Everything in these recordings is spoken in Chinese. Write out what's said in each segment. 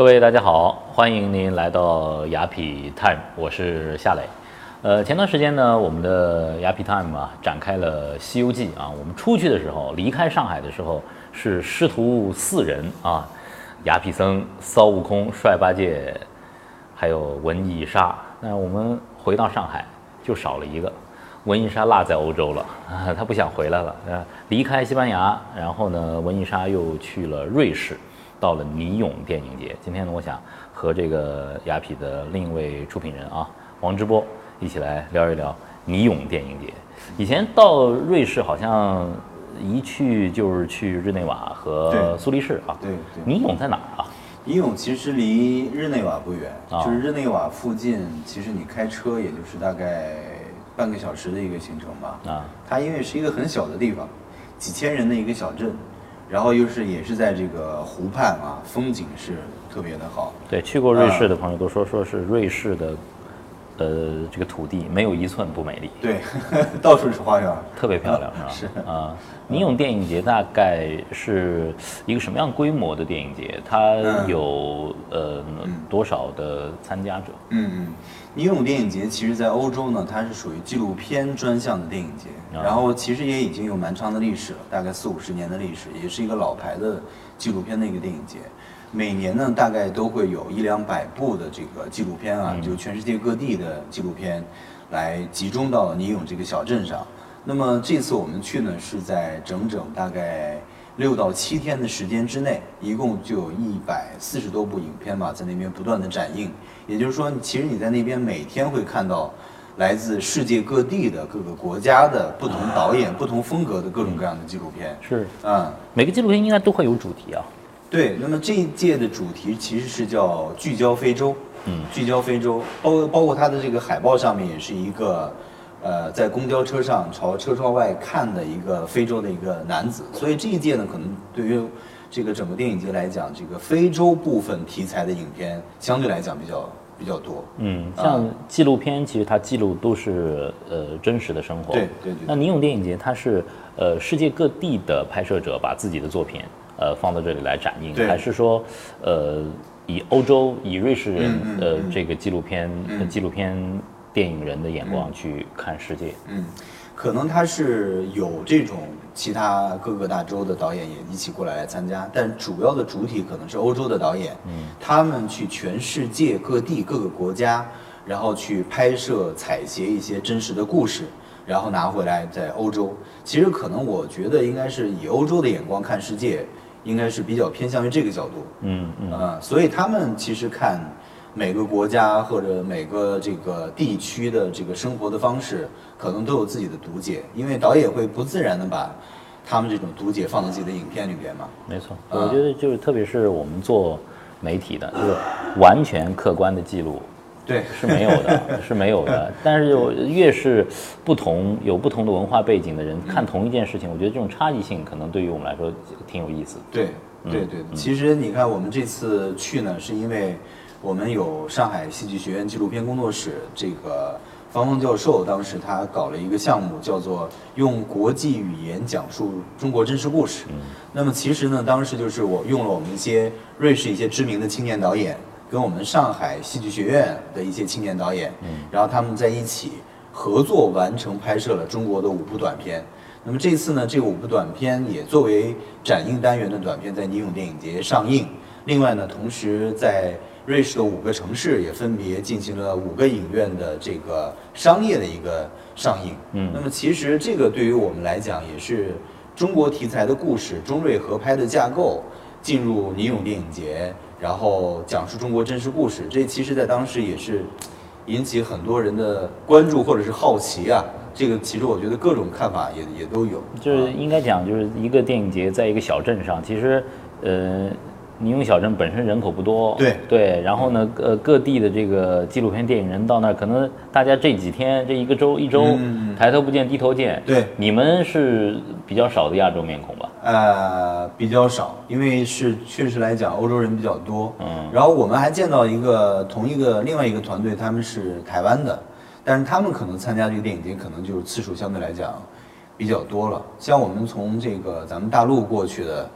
各位大家好，欢迎您来到雅痞 Time， 我是夏磊。前段时间呢，我们的雅痞 Time 啊展开了《西游记》啊。我们出去的时候，离开上海的时候是师徒4人啊，雅痞僧、骚悟空、帅八戒，还有文艺沙。那我们回到上海就少了一个，文艺沙落在欧洲了啊，他不想回来了。离开西班牙，然后呢，文艺沙又去了瑞士。到了尼永电影节，今天呢，我想和这个雅痞的另一位出品人啊，王直播一起来聊一聊尼永电影节。以前到瑞士好像一去就是去日内瓦和苏黎世啊。 对。 尼永在哪儿啊？ 尼永其实离日内瓦不远，就是日内瓦附近，其实你开车也就是大概半个小时的一个行程吧。啊，它因为是一个很小的地方，几千人的一个小镇。然后也是在这个湖畔啊，风景是特别的好。 对，去过瑞士的朋友都说是瑞士的，这个土地没有一寸不美丽。 对，到处是花园， 特别漂亮， 是吧？ 是啊。尼永电影节大概是一个什么样规模的电影节？它有多少的参加者？ 尼永电影节其实在欧洲呢，它是属于纪录片专项的电影节，然后其实也已经有蛮长的历史了，大概40-50年的历史，也是一个老牌的纪录片的一个电影节。每年呢，大概都会有100-200部的这个纪录片啊，就全世界各地的纪录片来集中到尼永这个小镇上。那么这次我们去呢，是在整大概6到7天的时间之内，一共就有140多部影片吧，在那边不断的展映。也就是说，其实你在那边每天会看到来自世界各地的各个国家的不同导演、不同风格的各种各样的纪录片。 是，每个纪录片应该都会有主题啊。 对，那么这一届的主题其实是叫聚焦非洲。聚焦非洲，包括它的这个海报上面也是一个。在公交车上朝车窗外看的一个非洲的一个男子，所以这一届呢，可能对于这个整个电影节来讲，这个非洲部分题材的影片相对来讲比较多。 像纪录片，其实它记录都是真实的生活。 对。 那尼永电影节，它是世界各地的拍摄者把自己的作品放到这里来展映，还是说以欧洲以瑞士人这个纪录片电影人的眼光去看世界？ 可能他是有这种其他各个大洲的导演也一起过来参加，但主要的主体可能是欧洲的导演，他们去全世界各地各个国家，然后去拍摄采撷一些真实的故事，然后拿回来在欧洲。其实可能我觉得应该是以欧洲的眼光看世界，应该是比较偏向于这个角度。所以他们其实看每个国家或者每个这个地区的这个生活的方式，可能都有自己的读解，因为导演会不自然的把他们这种读解放到自己的影片里边嘛。 没错，我觉得就是特别是我们做媒体的，就是完全客观的记录， 对， 是没有的，是没有的。但是越是有不同的文化背景的人看同一件事情，我觉得这种差异性可能对于我们来说挺有意思。 对。其实你看，我们这次去呢，是因为我们有上海戏剧学院纪录片工作室，这个方峰教授当时他搞了一个项目，叫做用国际语言讲述中国真实故事。那么其实呢，当时就是我用了我们瑞士一些知名的青年导演，跟我们上海戏剧学院的一些青年导演，然后他们在一起合作完成拍摄了中国的5部短片。那么这次呢，这5部短片也作为展映单元的短片在尼永电影节上映。另外呢，同时在瑞士的5个城市也分别进行了5个影院的这个商业的一个上映。那么其实这个对于我们来讲也是中国题材的故事，中瑞合拍的架构进入尼永电影节，然后讲述中国真实故事。这其实在当时也是引起很多人的关注或者是好奇啊。这个其实我觉得各种看法也都有。 就是应该讲，就是一个电影节在一个小镇上，其实尼永小镇本身人口不多，对，然后呢，各地的这个纪录片电影人到那儿，可能大家这几天这一周抬头不见低头见。对，你们是比较少的亚洲面孔吧？ 比较少，因为确实来讲，欧洲人比较多。然后我们还见到另外一个团队，他们是台湾的，但是他们可能参加这个电影节，可能就是次数相对来讲比较多了。像我们从这个咱们大陆过去的。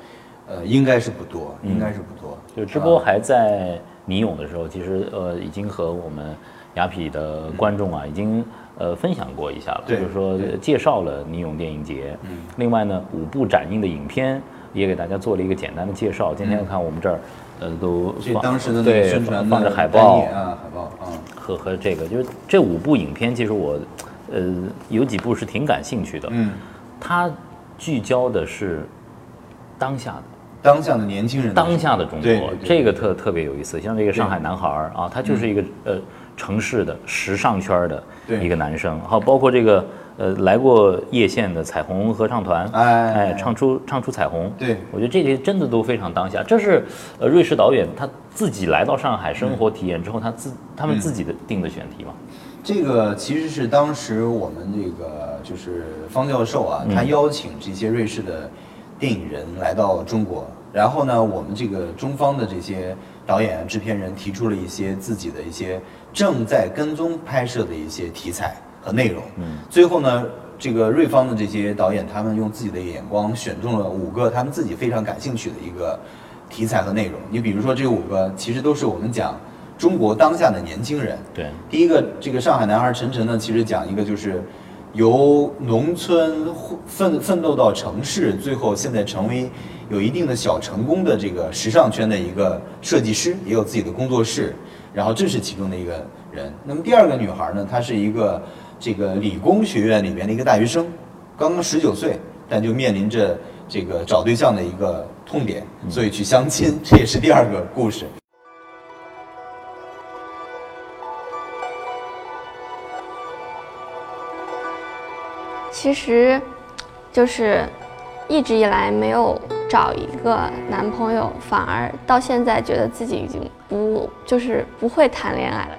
应该是不多，应该是不多。 就直播还在尼永的时候，其实已经和我们雅痞的观众啊，已经分享过一下了，就是说介绍了尼永电影节。另外呢，5部展映的影片也给大家做了一个简单的介绍。今天看我们这儿，都当时的那个宣传放着海报啊，海报啊， 和这个就是这5部影片，其实我有几部是挺感兴趣的。它聚焦的是当下的年轻人， 当下的中国， 对， 这个特别有意思。像这个上海男孩啊，他就是一个城市的时尚圈的一个男生，好，包括这个来过叶县的彩虹合唱团，唱出彩虹。 对， 我觉得这些真的都非常当下。这是瑞士导演他自己来到上海生活体验之后，他们自己的定的选题嘛。 这个其实是当时我们这个就是方教授啊，他邀请这些瑞士的电影人来到中国，然后呢，我们这个中方的这些导演、制片人提出了一些自己的一些正在跟踪拍摄的一些题材和内容。最后呢，这个瑞方的这些导演，他们用自己的眼光选中了5个他们自己非常感兴趣的一个题材和内容。你比如说这5个，其实都是我们讲中国当下的年轻人。 对， 第一个这个上海男孩陈晨呢，其实讲一个就是由农村奋斗到城市，最后现在成为有一定的小成功的这个时尚圈的一个设计师，也有自己的工作室，然后这是其中的一个人。那么第2个女孩呢，她是一个这个理工学院里面的一个大学生，刚刚19岁，但就面临着这个找对象的一个痛点，所以去相亲，这也是第2个故事。 其实，就是一直以来没有找一个男朋友，反而到现在觉得自己已经不会谈恋爱了。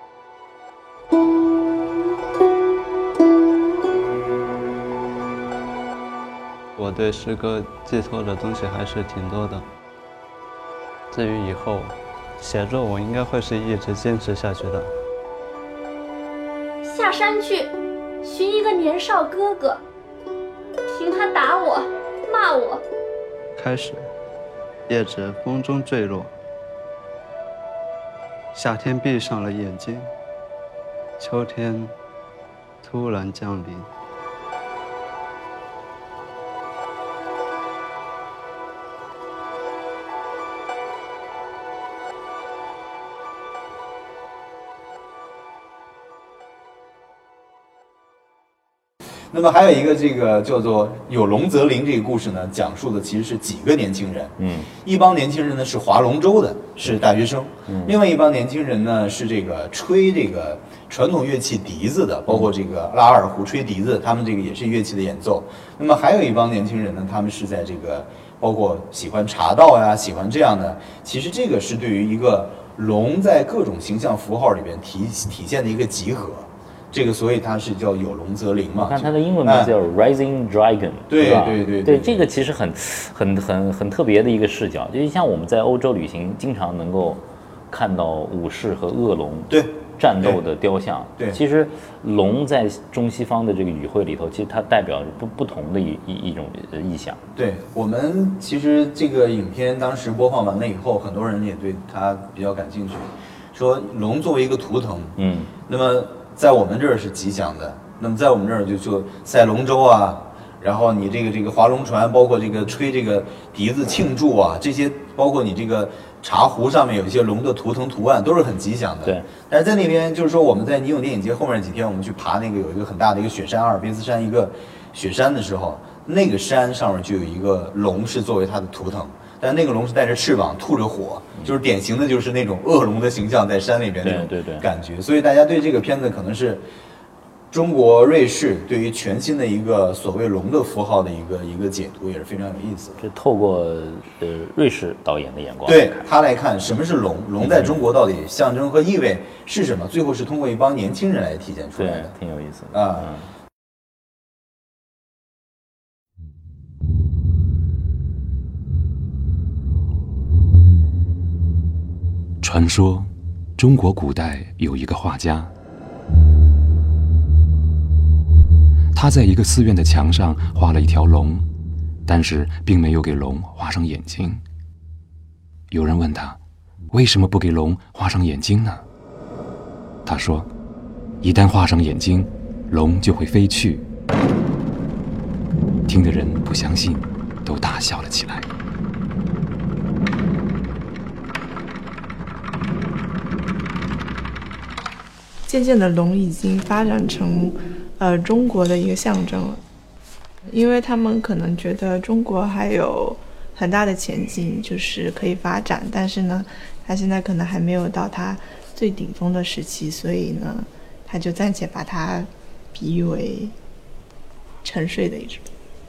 我对诗歌寄托的东西还是挺多的。至于以后写作，我应该会是一直坚持下去的。 下山去寻一个年少哥哥，听他打我骂我。 开始，叶子风中坠落，夏天闭上了眼睛，秋天突然降临。 那么还有一个这个叫做有龙则灵这个故事呢，讲述的其实是几个年轻人，一帮年轻人呢是划龙舟的，是大学生，另外一帮年轻人呢是这个吹这个传统乐器笛子的，包括这个拉二胡、吹笛子，他们这个也是乐器的演奏。那么还有一帮年轻人呢，他们是在这个包括喜欢茶道呀，喜欢这样的，其实这个是对于一个龙在各种形象符号里边体现的一个集合。这个所以它是叫有龙则灵嘛。 我看它的英文名叫 Rising Dragon，对，这个其实很特别的一个视角，就像我们在欧洲旅行，经常能够看到武士和恶龙战斗的雕像。 对， 其实龙在中西方的这个语汇里头，其实它代表不同的一种意象。 对，我们其实这个影片当时播放完了以后，很多人也对它比较感兴趣，说龙作为一个图腾，那么在我们这儿是吉祥的，那么在我们这儿就赛龙舟啊，然后你这个划龙船，包括这个吹这个笛子庆祝啊，这些包括你这个茶壶上面有一些龙的图腾图案，都是很吉祥的。 对。 但是在那边就是说我们在尼永电影节后面几天，我们去爬那个有一个很大的一个雪山，阿尔卑斯山一个雪山的时候，那个山上面就有一个龙是作为它的图腾。但那个龙是带着翅膀吐着火，就是典型的就是那种恶龙的形象在山里边那种感觉。所以大家对这个片子可能是中国瑞士对于全新的一个所谓龙的符号的一个解读，也是非常有意思的。 这透过瑞士导演的眼光， 对他来看什么是龙，龙在中国到底象征和意味是什么，最后是通过一帮年轻人来体现出来的， 挺有意思的啊。 传说，中国古代有一个画家，他在一个寺院的墙上画了一条龙， 但是并没有给龙画上眼睛。有人问他，为什么不给龙画上眼睛呢？他说，一旦画上眼睛，龙就会飞去。听的人不相信，都大笑了起来。 渐渐的，龙已经发展成中国的一个象征了，因为他们可能觉得中国还有很大的前景，就是可以发展，但是呢，它现在可能还没有到它最顶峰的时期，所以呢，他就暂且把它比喻为沉睡的一只。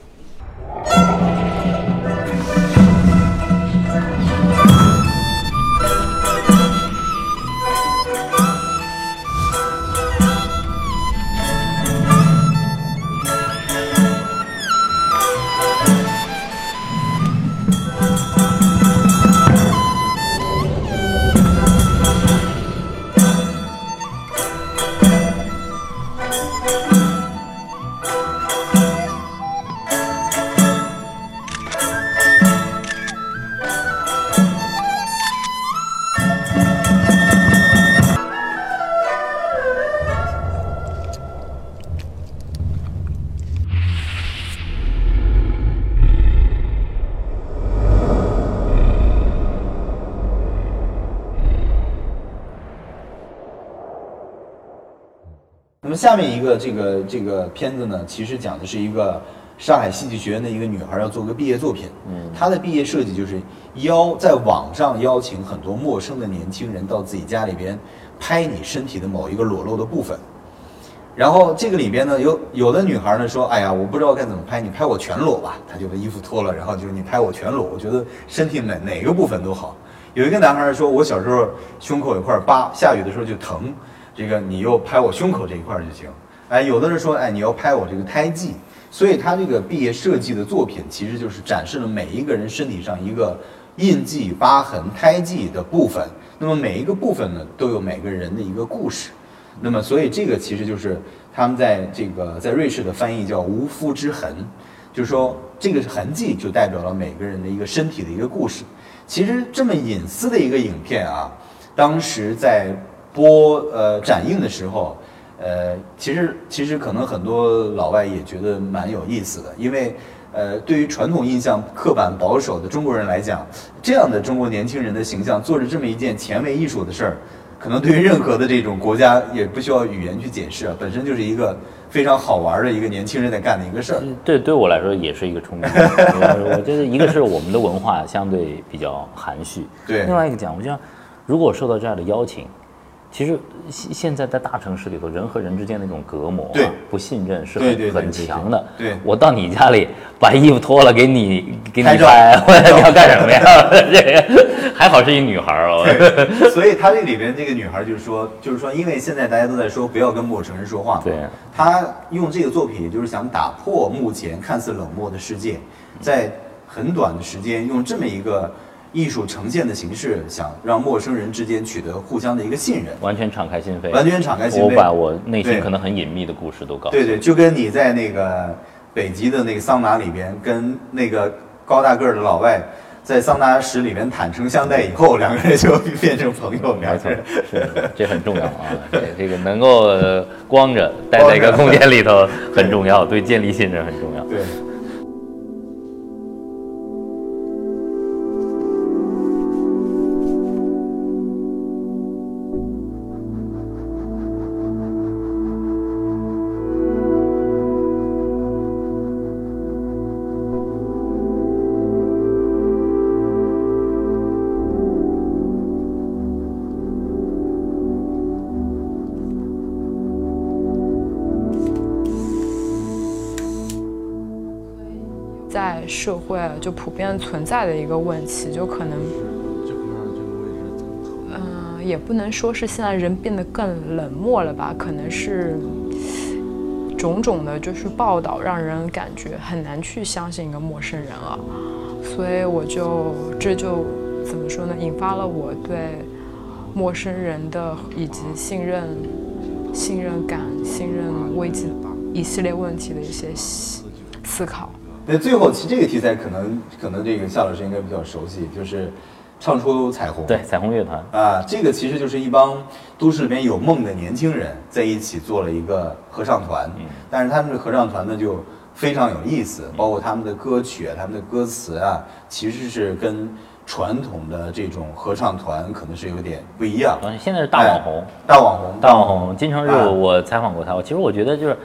那么下面一个这个片子呢，其实讲的是一个上海戏剧学院的一个女孩要做个毕业作品。她的毕业设计就是在网上邀请很多陌生的年轻人到自己家里边拍你身体的某一个裸露的部分。然后这个里边呢，有的女孩呢说，哎呀，我不知道该怎么拍，你拍我全裸吧。她就把衣服脱了，然后就是你拍我全裸，我觉得身体哪个部分都好。有一个男孩说，我小时候胸口有块疤，下雨的时候就疼。这个你又拍我胸口这一块就行，哎，有的人说，哎，你要拍我这个胎记，所以他这个毕业设计的作品其实就是展示了每一个人身体上一个印记、疤痕、胎记的部分。那么每一个部分呢，都有每个人的一个故事。那么所以这个其实就是他们在瑞士的翻译叫无肤之痕，就是说这个痕迹就代表了每个人的一个身体的一个故事。其实这么隐私的一个影片啊，当时在展映的时候，其实可能很多老外也觉得蛮有意思的，因为对于传统印象刻板保守的中国人来讲，这样的中国年轻人的形象做着这么一件前卫艺术的事儿，可能对于任何的这种国家也不需要语言去解释啊，本身就是一个非常好玩的一个年轻人在干的一个事儿。 对我来说也是一个冲击。我觉得一个是我们的文化相对比较含蓄， 对， 另外一个讲，我想如果受到这样的邀请。其实现在在大城市里头，人和人之间的那种隔膜、不信任是很强的。 对， 我到你家里把衣服脱了给你拍，你要干什么呀？这个还好是一女孩哦。 对，所以她这里边这个女孩就是说，因为现在大家都在说不要跟陌生人说话嘛。 对。 她用这个作品，就是想打破目前看似冷漠的世界，在很短的时间用这么一个艺术呈现的形式，想让陌生人之间取得互相的一个信任， 完全敞开心扉， 我把我内心可能很隐秘的故事都告诉对，就跟你在那个北极的那个桑拿里边，跟那个高大个的老外在桑拿室里面坦诚相待以后，两个人就变成朋友。 没错，是这很重要啊！这个能够光着待在一个空间里头很重要，对建立信任很重要。 对。 在社会就普遍存在的一个问题，就可能，也不能说是现在人变得更冷漠了吧，可能是种种的，就是报道让人感觉很难去相信一个陌生人了，所以这就怎么说呢，引发了我对陌生人的以及信任感、信任危机一系列问题的一些思考。 那最后，其实这个题材可能这个夏老师应该比较熟悉，就是唱出彩虹。 对，彩虹乐团啊，这个其实就是一帮都市里面有梦的年轻人在一起做了一个合唱团，但是他们的合唱团呢就非常有意思，包括他们的歌曲啊、他们的歌词啊，其实是跟传统的这种合唱团可能是有点不一样。 现在是大网红， 大网红， 金承日，我采访过他，其实我觉得就是，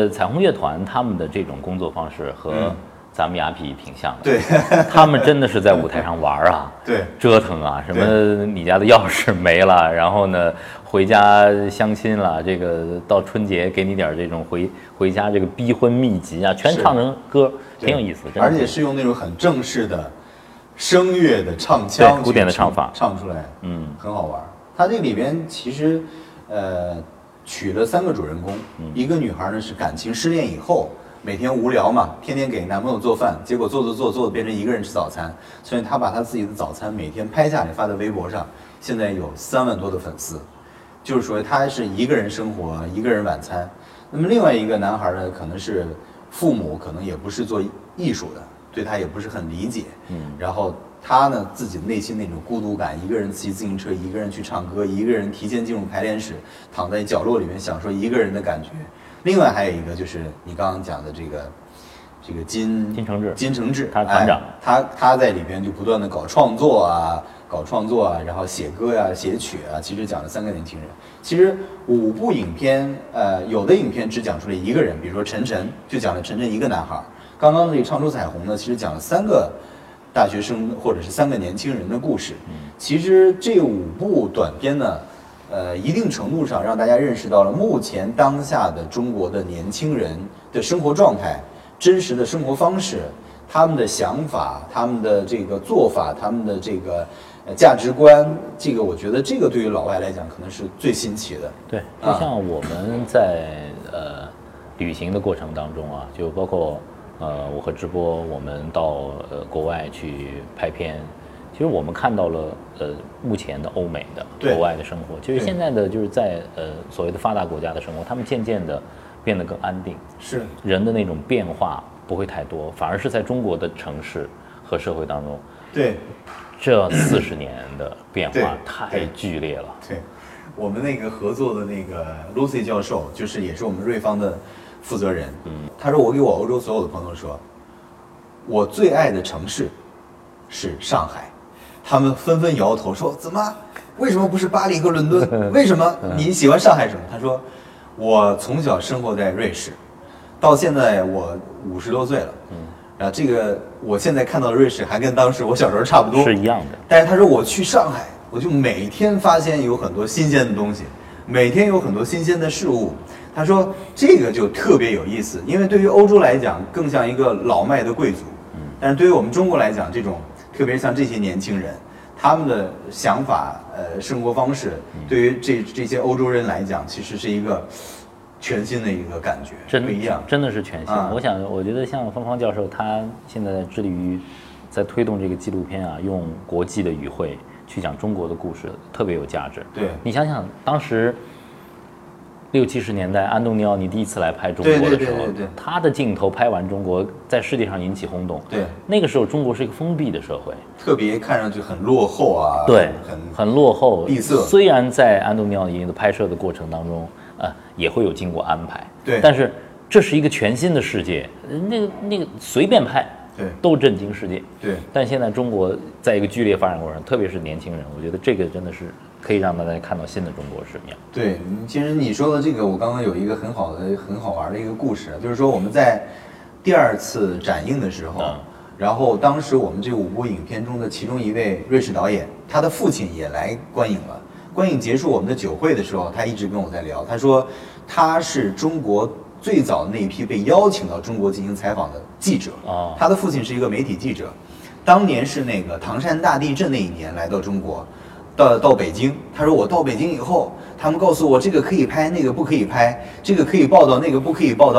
彩虹乐团他们的这种工作方式和咱们雅痞挺像的。 对， 他们真的是在舞台上玩啊， 对， 折腾啊，什么你家的钥匙没了，然后呢回家相亲了，这个到春节给你点这种回家这个逼婚秘籍啊，全唱成歌，挺有意思。 而且是用那种很正式的声乐的唱腔， 古典的唱法唱出来，很好玩。它这里边其实，取了3个主人公，一个女孩呢是感情失恋以后，每天无聊嘛，天天给男朋友做饭，结果做着变成一个人吃早餐，所以她把她自己的早餐每天拍下来发在微博上，现在有3万多的粉丝，就是说她是一个人生活，一个人晚餐。那么另外一个男孩呢，可能是父母可能也不是做艺术的，对他也不是很理解，然后他呢自己内心那种孤独感，一个人骑自行车，一个人去唱歌，一个人提前进入排练室，躺在角落里面享受一个人的感觉。另外还有一个就是你刚刚讲的这个金承志， 他是团长， 他在里边就不断的搞创作啊，然后写歌呀、写曲啊，其实讲了3个年轻人。其实5部影片，有的影片只讲出了一个人，比如说陈晨，就讲了陈晨一个男孩。刚刚这个唱出彩虹呢，其实讲了3个大学生或者是3个年轻人的故事。其实这5部短片呢，一定程度上让大家认识到了目前当下的中国的年轻人的生活状态、真实的生活方式、他们的想法、他们的这个做法、他们的这个价值观。这个我觉得这个对于老外来讲可能是最新奇的。 对，就像我们在旅行的过程当中啊，就包括我和直播，我们到国外去拍片，其实我们看到了目前的欧美的国外的生活，就是现在的就是在所谓的发达国家的生活，他们渐渐的变得更安定， 是人的那种变化不会太多，反而是在中国的城市和社会当中， 对， 这40年的变化太剧烈了。 对，我们那个合作的那个 Lucy 教授，就是也是我们瑞芳的负责人，他说我给我欧洲所有的朋友说，我最爱的城市是上海，他们纷纷摇头说怎么？为什么不是巴黎和伦敦？为什么你喜欢上海什么？他说我从小生活在瑞士，到现在我50多岁了，然后这个我现在看到的瑞士还跟当时我小时候差不多， 是一样的。 但是他说我去上海，我就每天发现有很多新鲜的东西，每天有很多新鲜的事物。他说这个就特别有意思，因为对于欧洲来讲更像一个老迈的贵族，但是对于我们中国来讲，这种特别像这些年轻人，他们的想法、生活方式，对于这些欧洲人来讲，其实是一个全新的一个感觉，不一样， 真的是全新。我觉得像芳芳教授，他现在致力于在推动这个纪录片啊，用国际的语汇去讲中国的故事，特别有价值。 对， 你想想当时60、70年代，安东尼奥尼第一次来拍中国的时候，他的镜头拍完中国，在世界上引起轰动。 对， 那个时候中国是一个封闭的社会， 特别看上去很落后啊， 对，很落后、 闭塞。 虽然在安东尼奥尼的拍摄的过程当中，也会有经过安排， 对， 但是这是一个全新的世界，那个随便拍， 对， 都震惊世界， 对。 但现在中国在一个剧烈发展过程，特别是年轻人，我觉得这个真的是可以让大家看到新的中国是什么样。 对，其实你说的这个，我刚刚有一个很好玩的一个故事，就是说我们在第2次展映的时候，然后当时我们这5部影片中的其中一位瑞士导演，他的父亲也来观影了。观影结束我们的酒会的时候，他一直跟我在聊，他说他是中国最早那一批被邀请到中国进行采访的记者，他的父亲是一个媒体记者，当年是那个唐山大地震那一年来到中国，到北京。他说我到北京以后，他们告诉我这个可以拍，那个不可以拍，这个可以报道，那个不可以报道。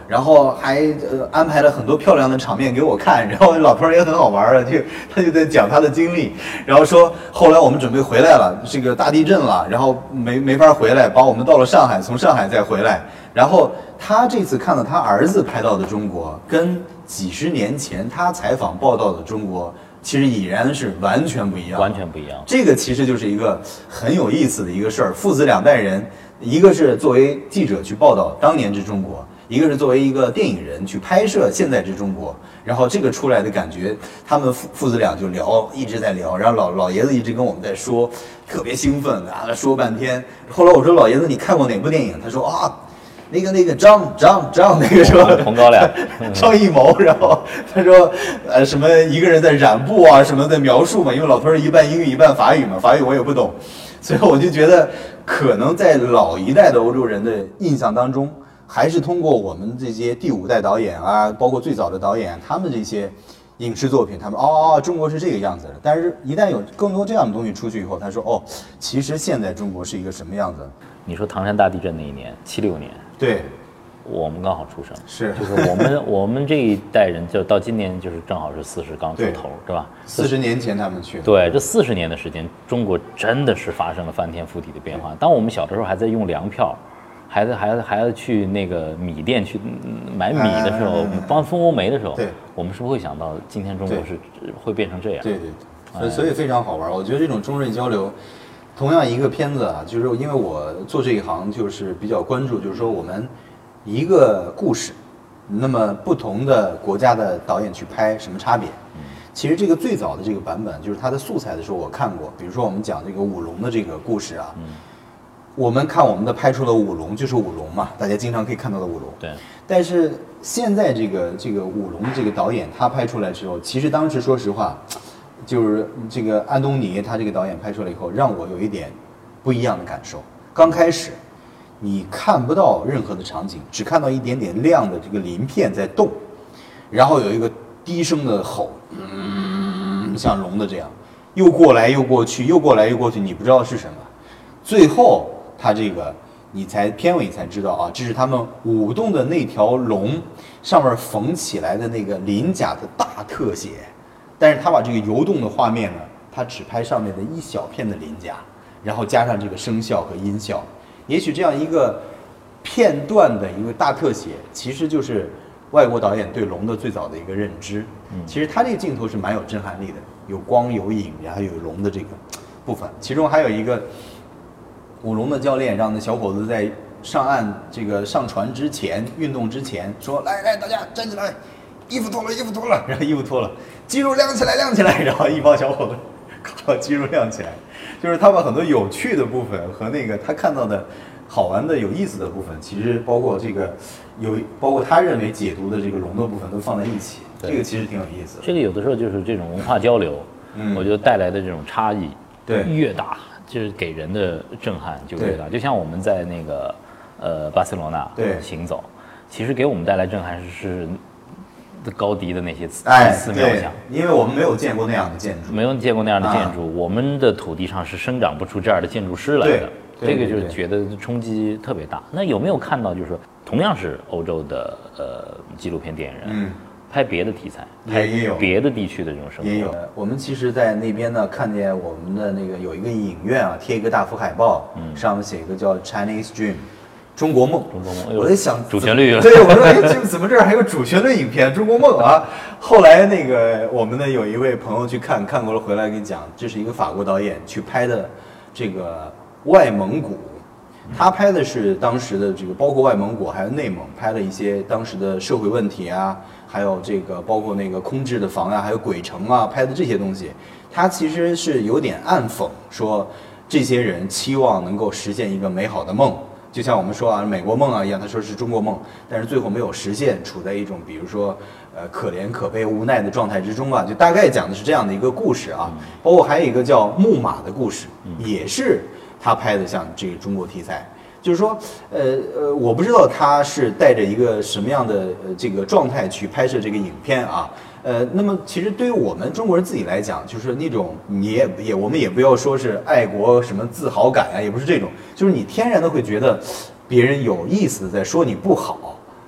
然后还安排了很多漂亮的场面给我看，然后老头儿也很好玩啊，他就在讲他的经历，然后说后来我们准备回来了，这个大地震了，然后没法回来，把我们到了上海，从上海再回来，然后他这次看到他儿子拍到的中国，跟几十年前他采访报道的中国，其实已然是完全不一样， 完全不一样。 这个其实就是一个很有意思的一个事儿，父子两代人，一个是作为记者去报道当年之中国，一个是作为一个电影人去拍摄现在之中国，然后这个出来的感觉，他们父子俩就聊，一直在聊，然后老爷子一直跟我们在说，特别兴奋啊，说半天。后来我说老爷子你看过哪部电影？他说啊。那个张那个说红高粱张艺谋，然后他说什么一个人在染布啊什么的描述嘛，因为老头儿一半英语一半法语嘛，法语我也不懂，所以我就觉得可能在老一代的欧洲人的印象当中，还是通过我们这些第5代导演啊，包括最早的导演，他们这些影视作品，他们中国是这个样子的。但是一旦有更多这样的东西出去以后，他说其实现在中国是一个什么样子？ 你说唐山大地震那一年，76年， 对， 我们刚好出生， 是， 就是我们这一代人，就到今年就是正好是40刚出头，对吧 ？40年前他们去的， 对，这40年的时间，中国真的是发生了翻天覆地的变化。当我们小的时候还在用粮票，还要去那个米店去买米的时候，帮蜂窝煤的时候，我们是不会想到今天中国是会变成这样。 对，所以非常好玩。我觉得这种中日交流。同样一个片子啊，就是因为我做这一行，就是比较关注，就是说我们一个故事，那么不同的国家的导演去拍什么差别？其实这个最早的这个版本，就是它的素材的时候我看过，比如说我们讲这个舞龙的这个故事啊，我们看我们的拍出的舞龙就是舞龙嘛，大家经常可以看到的舞龙。 对。 但是现在这个舞龙这个导演他拍出来之后，其实当时说实话。就是这个安东尼他这个导演拍出来以后，让我有一点不一样的感受。刚开始你看不到任何的场景，只看到一点点亮的这个鳞片在动，然后有一个低声的吼，像龙的这样，又过来又过去，又过来又过去，你不知道是什么。最后他这个你才片尾才知道啊，这是他们舞动的那条龙上面缝起来的那个鳞甲的大特写。但是他把这个游动的画面呢，他只拍上面的一小片的鳞甲，然后加上这个声效和音效，也许这样一个片段的一个大特写，其实就是外国导演对龙的最早的一个认知。其实他这个镜头是蛮有震撼力的，有光有影，然后有龙的这个部分。其中还有一个舞龙的教练让那小伙子在上岸这个上船之前，运动之前说：“来，大家站起来。”衣服脱了，然后衣服脱了，肌肉亮起来，然后一帮小伙子靠肌肉亮起来，就是他把很多有趣的部分和那个他看到的好玩的有意思的部分，其实包括这个包括他认为解读的这个龙的部分都放在一起，这个其实挺有意思的。 这个有的时候就是这种文化交流，我觉得带来的这种差异越大，就是给人的震撼就越大。就像我们在那个巴塞罗那行走，其实给我们带来震撼是高迪的那些寺庙像， 因为我们没有见过那样的建筑， 我们的土地上是生长不出这样的建筑师来的，这个就是觉得冲击特别大。那有没有看到，就是说同样是欧洲的纪录片电影人，拍别的题材，拍别的地区的这种生活？ 也有。我们其实，在那边呢，看见我们的那个有一个影院啊，贴一个大幅海报，上面写一个叫 Chinese Dream。中国梦，我在想主旋律， 对，我说这怎么这儿还有主旋律影片《中国梦》啊？后来那个我们呢有一位朋友去看过了回来跟你讲，这是一个法国导演去拍的这个外蒙古，他拍的是当时的这个包括外蒙古还有内蒙，拍了一些当时的社会问题啊，还有这个包括那个空置的房啊，还有鬼城啊，拍的这些东西，他其实是有点暗讽说这些人期望能够实现一个美好的梦。就像我们说啊，美国梦啊一样，他说是中国梦，但是最后没有实现，处在一种比如说可怜可悲无奈的状态之中啊，就大概讲的是这样的一个故事啊。包括还有一个叫木马的故事，也是他拍的像这个中国题材。就是说我不知道他是带着一个什么样的这个状态去拍摄这个影片啊。那么其实对于我们中国人自己来讲，就是那种我们也不要说是爱国什么自豪感啊，也不是这种，就是你天然的会觉得别人有意思的在说你不好，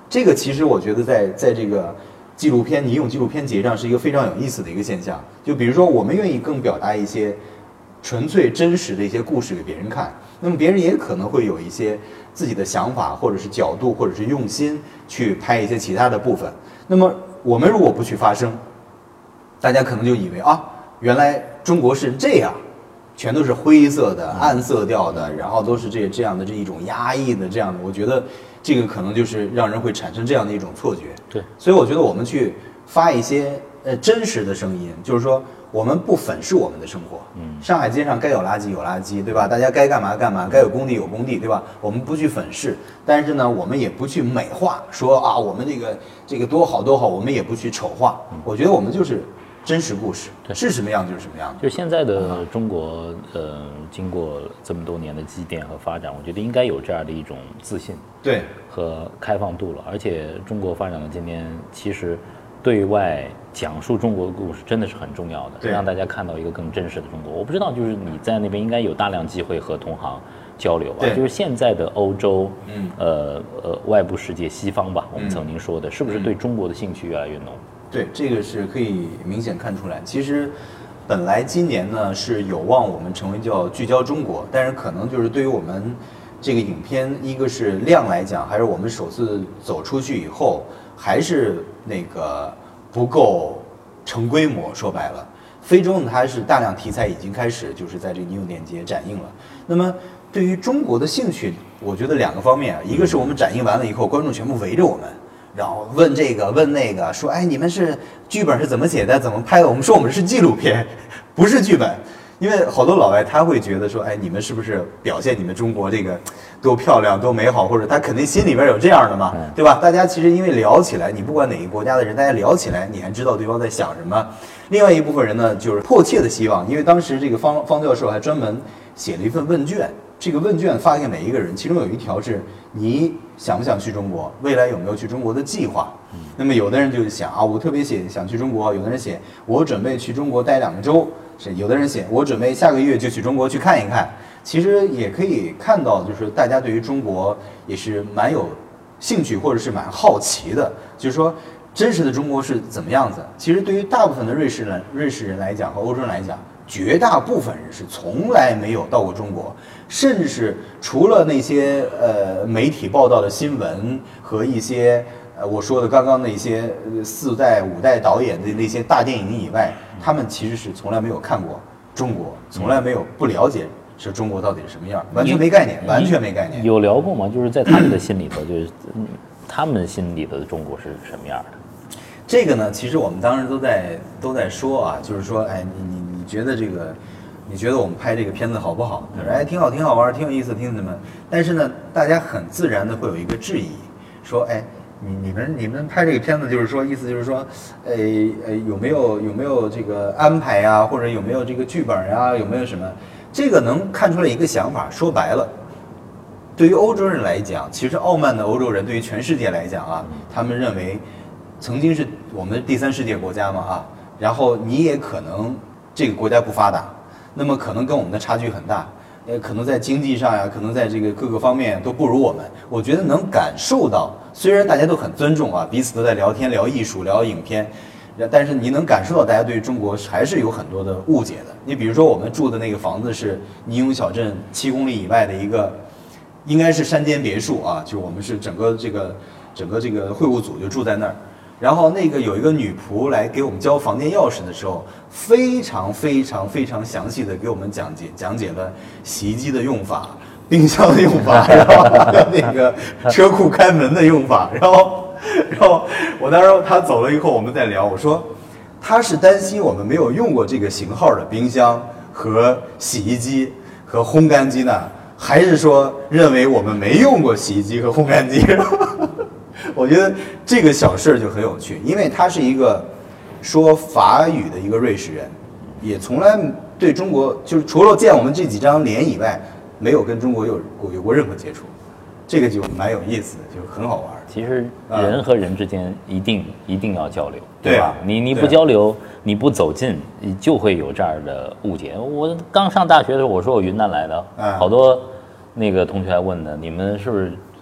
这个其实我觉得在这个纪录片，你用纪录片节上是一个非常有意思的一个现象。就比如说，我们愿意更表达一些纯粹真实的一些故事给别人看，那么别人也可能会有一些自己的想法，或者是角度，或者是用心去拍一些其他的部分。那么我们如果不去发声，大家可能就以为啊，原来中国是这样，全都是灰色的、暗色调的，然后都是这样的这一种压抑的这样的。我觉得这个可能就是让人会产生这样的一种错觉。 对， 所以我觉得我们去发一些真实的声音，就是说我们不粉饰我们的生活。上海街上该有垃圾有垃圾，对吧？大家该干嘛干嘛，该有工地有工地，对吧？我们不去粉饰，但是呢，我们也不去美化，说啊我们这个多好多好，我们也不去丑化。我觉得我们就是真实故事，是什么样就是什么样的。 就是现在的中国，经过这么多年的积淀和发展，我觉得应该有这样的一种自信， 对， 和开放度了。而且中国发展到今天，其实对外讲述中国的故事真的是很重要的，让大家看到一个更真实的中国。我不知道，就是你在那边应该有大量机会和同行交流吧？就是现在的欧洲，外部世界西方吧，我们曾经说的，是不是对中国的兴趣越来越浓？ 对，这个是可以明显看出来。其实，本来今年呢是有望我们成为叫聚焦中国，但是可能就是对于我们这个影片，一个是量来讲，还是我们首次走出去以后，还是那个不够成规模。说白了，非洲呢它是大量题材已经开始就是在这个尼永电节展映了。那么对于中国的兴趣，我觉得两个方面，一个是我们展映完了以后，观众全部围着我们。然后问这个问那个，说哎，你们是剧本是怎么写的，怎么拍的？我们说我们是纪录片，不是剧本。因为好多老外他会觉得说，哎，你们是不是表现你们中国这个多漂亮多美好，或者他肯定心里边有这样的嘛，对吧？大家其实因为聊起来，你不管哪个国家的人，大家聊起来，你还知道对方在想什么。另外一部分人呢，就是迫切的希望，因为当时这个方教授还专门写了一份问卷，这个问卷发给每一个人，其中有一条是你想不想去中国，未来有没有去中国的计划。那么有的人就想啊，我特别想去中国，有的人写我准备去中国待2个周，有的人写我准备下个月就去中国去看一看。其实也可以看到，就是大家对于中国也是蛮有兴趣，或者是蛮好奇的，就是说真实的中国是怎么样子。其实对于大部分的瑞士人来讲和欧洲人来讲，绝大部分人是从来没有到过中国，甚至是除了那些媒体报道的新闻和一些我说的刚刚那些4代5代导演的那些大电影以外，他们其实是从来没有看过中国，从来没有不了解是中国到底是什么样，完全没概念，完全没概念。 有聊过吗？就是在他们的心里头，就是他们心里的中国是什么样的？ 这个呢，其实我们当时都在说啊，就是说，哎，你觉得这个，你觉得我们拍这个片子好不好？他说，哎，挺好，挺好玩，挺有意思，挺什么？但是呢，大家很自然的会有一个质疑，说，哎，你们拍这个片子，就是说，意思就是说，有没有这个安排啊，或者有没有这个剧本啊，有没有什么？这个能看出来一个想法，说白了，对于欧洲人来讲，其实傲慢的欧洲人对于全世界来讲啊，他们认为曾经是我们第3世界国家嘛啊，然后你也可能这个国家不发达，那么可能跟我们的差距很大，可能在经济上呀，可能在这个各个方面都不如我们。我觉得能感受到，虽然大家都很尊重啊，彼此都在聊天、聊艺术、聊影片，但是你能感受到大家对于中国还是有很多的误解的。你比如说我们住的那个房子是尼永小镇7公里以外的一个，应该是山间别墅啊，就我们是整个这个会务组就住在那儿。然后那个有一个女仆来给我们交房间钥匙的时候，非常详细的给我们讲解了洗衣机的用法、冰箱的用法，然后那个车库开门的用法，然后我当时他走了以后，我们在聊，我说他是担心我们没有用过这个型号的冰箱和洗衣机和烘干机呢，还是说认为我们没用过洗衣机和烘干机？我觉得这个小事就很有趣，因为他是一个说法语的一个瑞士人，也从来对中国就是除了见我们这几张脸以外，没有跟中国有过任何接触，这个就蛮有意思的，就很好玩。 其实人和人之间一定要交流， 对吧？你不交流，你不走近，你就会有这样的误解。我刚上大学的时候，我说我云南来的，好多那个同学还问呢，你们是不是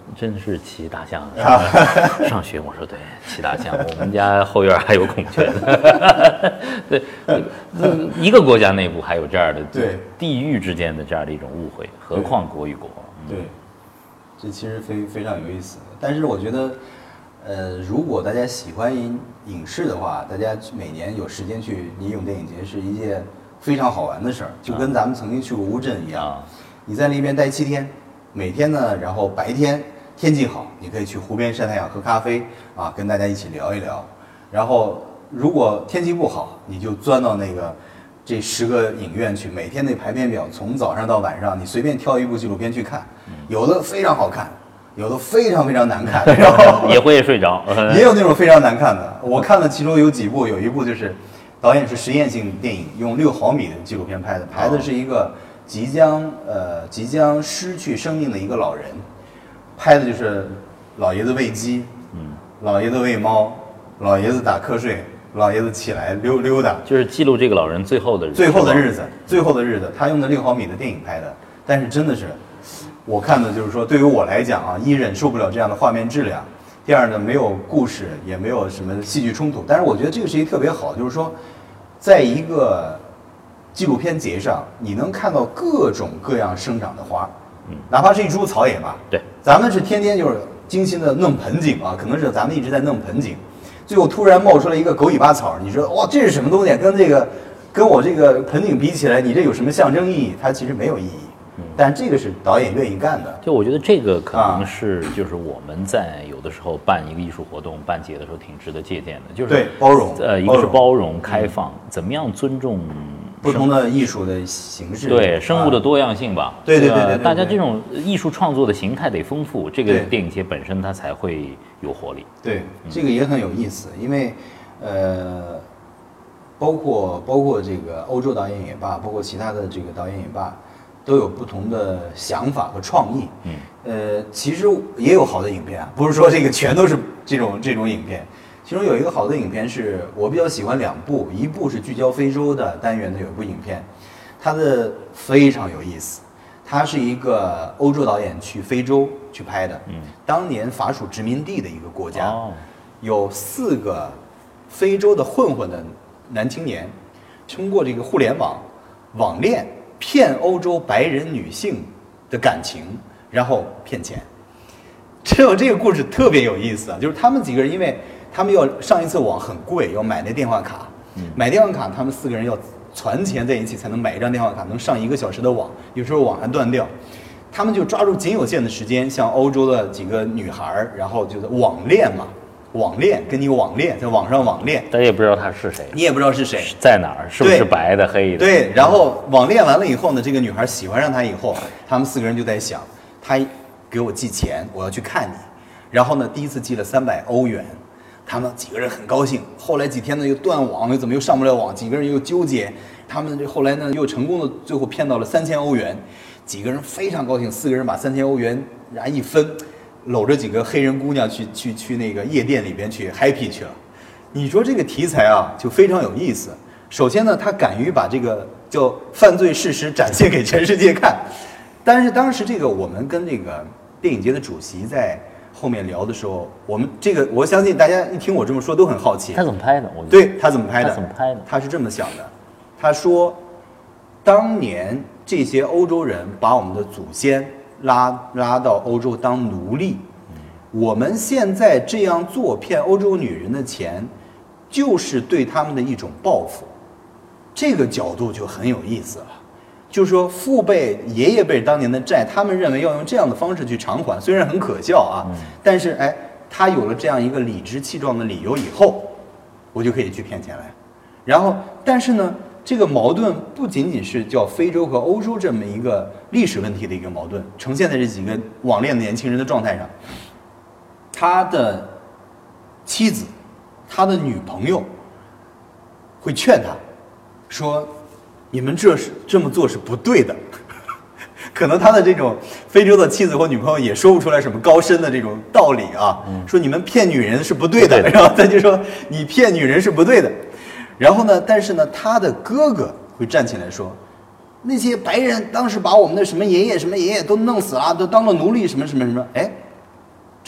真是骑大象上学。我说对，骑大象，我们家后院还有孔雀呢。对，一个国家内部还有这样的对地域之间的这样的一种误会，何况国与国？ 对，这其实非常有意思。但是我觉得，如果大家喜欢影视的话，大家每年有时间去尼永电影节是一件非常好玩的事儿，就跟咱们曾经去过乌镇一样。你在那边待7天，每天呢，然后白天天气好，你可以去湖边晒太阳、喝咖啡啊，跟大家一起聊一聊。然后如果天气不好，你就钻到那个这10个影院去，每天那排片表从早上到晚上，你随便挑一部纪录片去看，有的非常好看，有的非常难看，然后也会睡着， 也有那种非常难看的。我看了其中有几部，有一部就是导演是实验性电影，用6毫米的纪录片拍的是一个即将失去生命的一个老人，拍的就是老爷子喂鸡，老爷子喂猫，老爷子打瞌睡，老爷子起来溜达， 就是记录这个老人最后的日子。他用的6毫米的电影拍的，但是真的是，我看的就是说，对于我来讲啊，一忍受不了这样的画面质量，第二呢，没有故事，也没有什么戏剧冲突。但是我觉得这个是一个特别好，就是说，在一个纪录片节上，你能看到各种各样生长的花，哪怕是一株草也罢。 对， 咱们是天天就是精心的弄盆景啊，可能是咱们一直在弄盆景，最后突然冒出来一个狗尾巴草，你说哇，这是什么东西？跟我这个盆景比起来，你这有什么象征意义？它其实没有意义。但这个是导演愿意干的。 就我觉得这个可能是就是我们在有的时候办一个艺术活动、办节的时候挺值得借鉴的，就是对包容。 一个是包容、开放，怎么样尊重不同的艺术的形式， 对生物的多样性吧。 对， 大家这种艺术创作的形态得丰富，这个电影节本身它才会有活力。 对，这个也很有意思，因为包括这个欧洲导演也罢，包括其他的这个导演也罢，都有不同的想法和创意。其实也有好的影片啊，不是说这个全都是这种影片。其中有一个好的影片是我比较喜欢2部，一部是聚焦非洲的单元的有一部影片，它的非常有意思。它是一个欧洲导演去非洲去拍的，当年法属殖民地的一个国家，有4个非洲的混的男青年，通过这个互联网恋骗欧洲白人女性的感情，然后骗钱。这个故事特别有意思啊，就是他们几个人，因为他们要上一次网很贵，要买那电话卡，买电话卡，他们4个人要攒钱在一起才能买一张电话卡，能上1个小时的网，有时候网还断掉。他们就抓住仅有限的时间，向欧洲的几个女孩，然后就是网恋嘛，跟你网恋，在网上网恋， 大家也不知道他是谁， 你也不知道是谁， 在哪儿，是不是白的黑的？ 对，然后网恋完了以后呢，这个女孩喜欢上他以后，他们4个人就在想，他给我寄钱，我要去看你。然后呢，第一次寄了300欧元，他们几个人很高兴。后来几天呢又断网，又怎么又上不了网，几个人又纠结。他们后来呢又成功的最后骗到了3000欧元，几个人非常高兴，4个人把3000欧元然后一分，搂着几个黑人姑娘去那个夜店里边去 happy 去了。你说这个题材啊就非常有意思。首先呢，他敢于把这个叫犯罪事实展现给全世界看。但是当时这个我们跟这个电影节的主席在后面聊的时候，我相信大家一听我这么说都很好奇， 他怎么拍的？ 对，他怎么拍的？ 他是这么想的，他说，当年这些欧洲人把我们的祖先拉到欧洲当奴隶，我们现在这样做骗欧洲女人的钱，就是对他们的一种报复。这个角度就很有意思了。就是说父辈爷爷辈当年的债，他们认为要用这样的方式去偿还，虽然很可笑啊，但是他有了这样一个理直气壮的理由以后，我就可以去骗钱来。然后但是呢，这个矛盾不仅仅是叫非洲和欧洲这么一个历史问题的一个矛盾，呈现在这几个网恋的年轻人的状态上。他的妻子，他的女朋友会劝他说，你们这么做是不对的。可能他的这种非洲的妻子或女朋友也说不出来什么高深的这种道理啊，说你们骗女人是不对的，然后他就说你骗女人是不对的。然后呢，但是呢，他的哥哥会站起来说，那些白人当时把我们的什么爷爷都弄死了，都当了奴隶什么什么什么。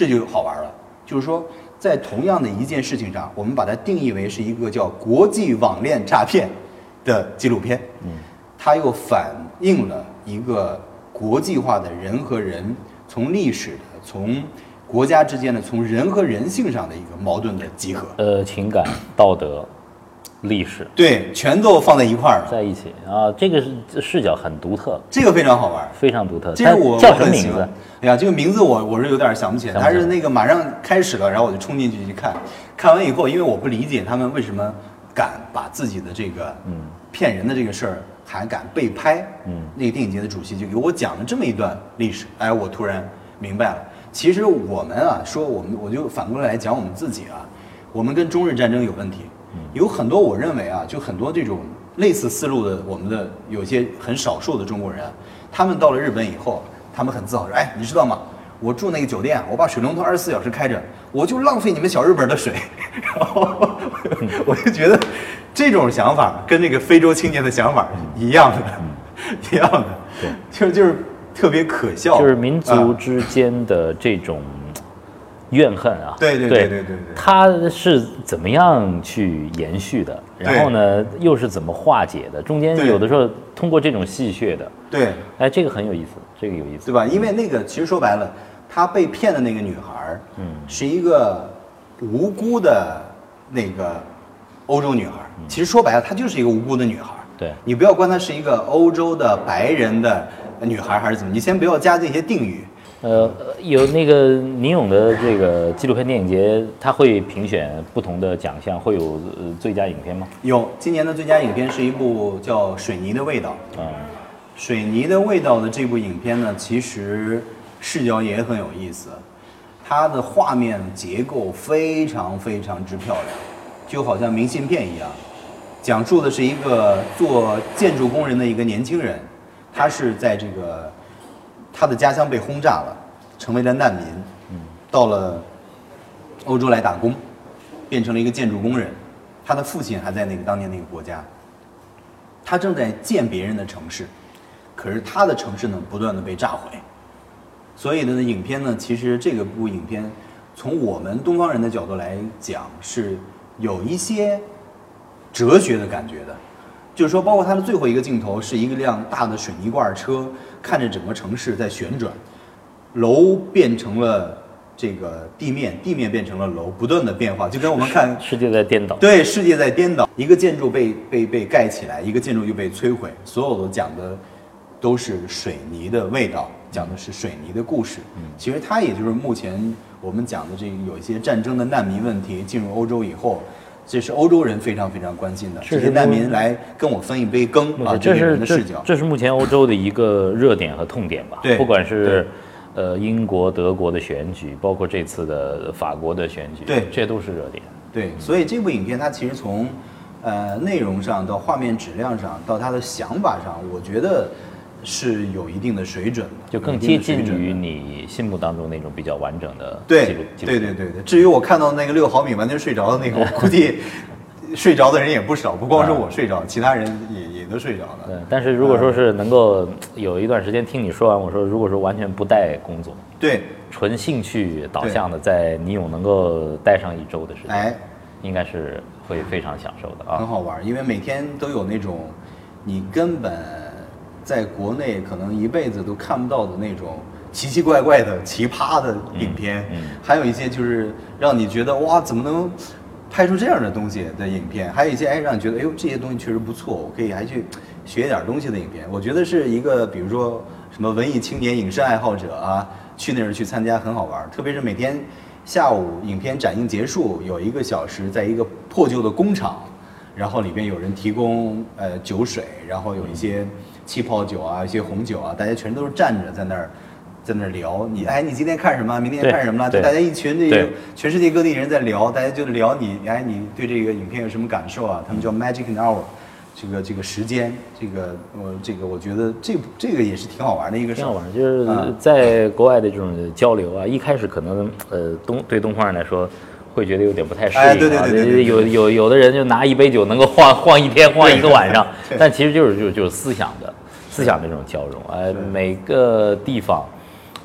这就好玩了。就是说，在同样的一件事情上，我们把它定义为是一个叫国际网恋诈骗的纪录片，它又反映了一个国际化的人和人从历史的、从国家之间的、从人和人性上的一个矛盾的集合。 情感、道德、历史， 对，全都放在一块儿了， 在一起啊，这个视角很独特， 这个非常好玩， 非常独特。 这是我叫什么名字？ 哎呀，这个名字我是有点想不起来，但是那个马上开始了，然后我就冲进去一看，看完以后，因为我不理解他们为什么敢把自己的这个骗人的这个事儿还敢被拍，那个电影节的主席就给我讲了这么一段历史，哎，我突然明白了，其实我们啊，说我就反过来讲我们自己啊，我们跟中日战争有问题，有很多我认为啊，就很多这种类似思路的，我们的有些很少数的中国人，他们到了日本以后，他们很自豪说，哎，你知道吗？我住那个酒店，我把水龙头24小时开着，我就浪费你们小日本的水。然后我就觉得这种想法跟那个非洲青年的想法一样的，一样的，对，就是特别可笑， 就是民族之间的这种怨恨啊， 对， 它是怎么样去延续的？然后呢，又是怎么化解的？中间有的时候通过这种戏谑的， 对， 哎，这个很有意思，这个有意思， 对吧？因为那个其实说白了，她被骗的那个女孩，是一个无辜的那个欧洲女孩。其实说白了，她就是一个无辜的女孩。 对， 你不要管她是一个欧洲的白人的女孩还是怎么，你先不要加这些定语。 有那个宁勇的这个纪录片电影节，它会评选不同的奖项，会有最佳影片吗？ 有，今年的最佳影片是一部叫《水泥的味道》。水泥的味道的这部影片呢，其实视角也很有意思，它的画面结构非常非常之漂亮，就好像明信片一样。讲述的是一个做建筑工人的一个年轻人，他是在这个他的家乡被轰炸了，成为了难民，到了欧洲来打工，变成了一个建筑工人。他的父亲还在那个当年那个国家，他正在建别人的城市，可是他的城市呢不断的被炸毁。所以呢，影片呢，其实这个部影片从我们东方人的角度来讲是有一些哲学的感觉的，就是说，包括它的最后一个镜头是一辆大的水泥罐车，看着整个城市在旋转，楼变成了这个地面，地面变成了楼，不断的变化，就跟我们看世界在颠倒。 对，世界在颠倒，一个建筑被盖起来，一个建筑又被摧毁，所有的讲的都是水泥的味道，讲的是水泥的故事。其实它也就是目前我们讲的这个有一些战争的难民问题进入欧洲以后。这是欧洲人非常非常关心的，这些难民来跟我分一杯羹啊，这是人的视角。 这是目前欧洲的一个热点和痛点吧？ 对， 不管是英国、德国的选举，包括这次的法国的选举， 对， 这都是热点。 对，所以这部影片它其实从内容上到画面质量上到它的想法上，我觉得是有一定的水准的， 就更接近于你心目当中那种比较完整的纪录片。对。至于我看到那个6毫米完全睡着的那个，我估计睡着的人也不少，不光是我睡着，其他人也都睡着了。 对，但是如果说是能够有一段时间听你说完，我说如果说完全不带工作， 对， 纯兴趣导向的，在尼勇能够待上1周的时间，应该是会非常享受的啊， 很好玩，因为每天都有那种你根本在国内可能一辈子都看不到的那种奇奇怪怪的奇葩的影片，还有一些就是让你觉得哇怎么能拍出这样的东西的影片，还有一些让你觉得哎呦这些东西确实不错，我可以还去学一点东西的影片。我觉得是一个比如说什么文艺青年影视爱好者啊，去那儿去参加很好玩，特别是每天下午影片展映结束有1个小时，在一个破旧的工厂，然后里边有人提供酒水，然后有一些气泡酒啊，一些红酒啊，大家全都是站着在那儿聊，你今天看什么？明天看什么了？就大家一群这个全世界各地人在聊，大家就聊你对这个影片有什么感受啊？他们叫 Magic Hour， 这个时间，我觉得这个也是挺好玩的一个事。 挺好玩，就是在国外的这种交流啊，一开始可能对东方人来说会觉得有点不太适应啊。 对， 有的人就拿一杯酒能够晃一天，晃1个晚上，但其实就是思想的这种交融。每个地方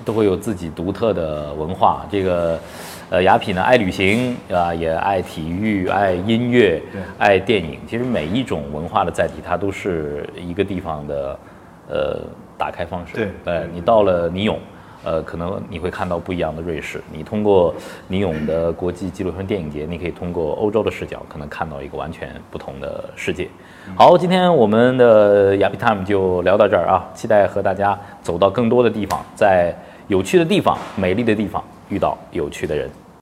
都会有自己独特的文化。这个雅痞呢爱旅行啊，也爱体育，爱音乐，爱电影。其实每一种文化的载体，它都是一个地方的打开方式。对，你到了尼永。可能你会看到不一样的瑞士。你通过尼永的国际纪录片电影节，你可以通过欧洲的视角，可能看到一个完全不同的世界。好，今天我们的雅痞 time 就聊到这儿啊，期待和大家走到更多的地方，在有趣的地方、美丽的地方遇到有趣的人。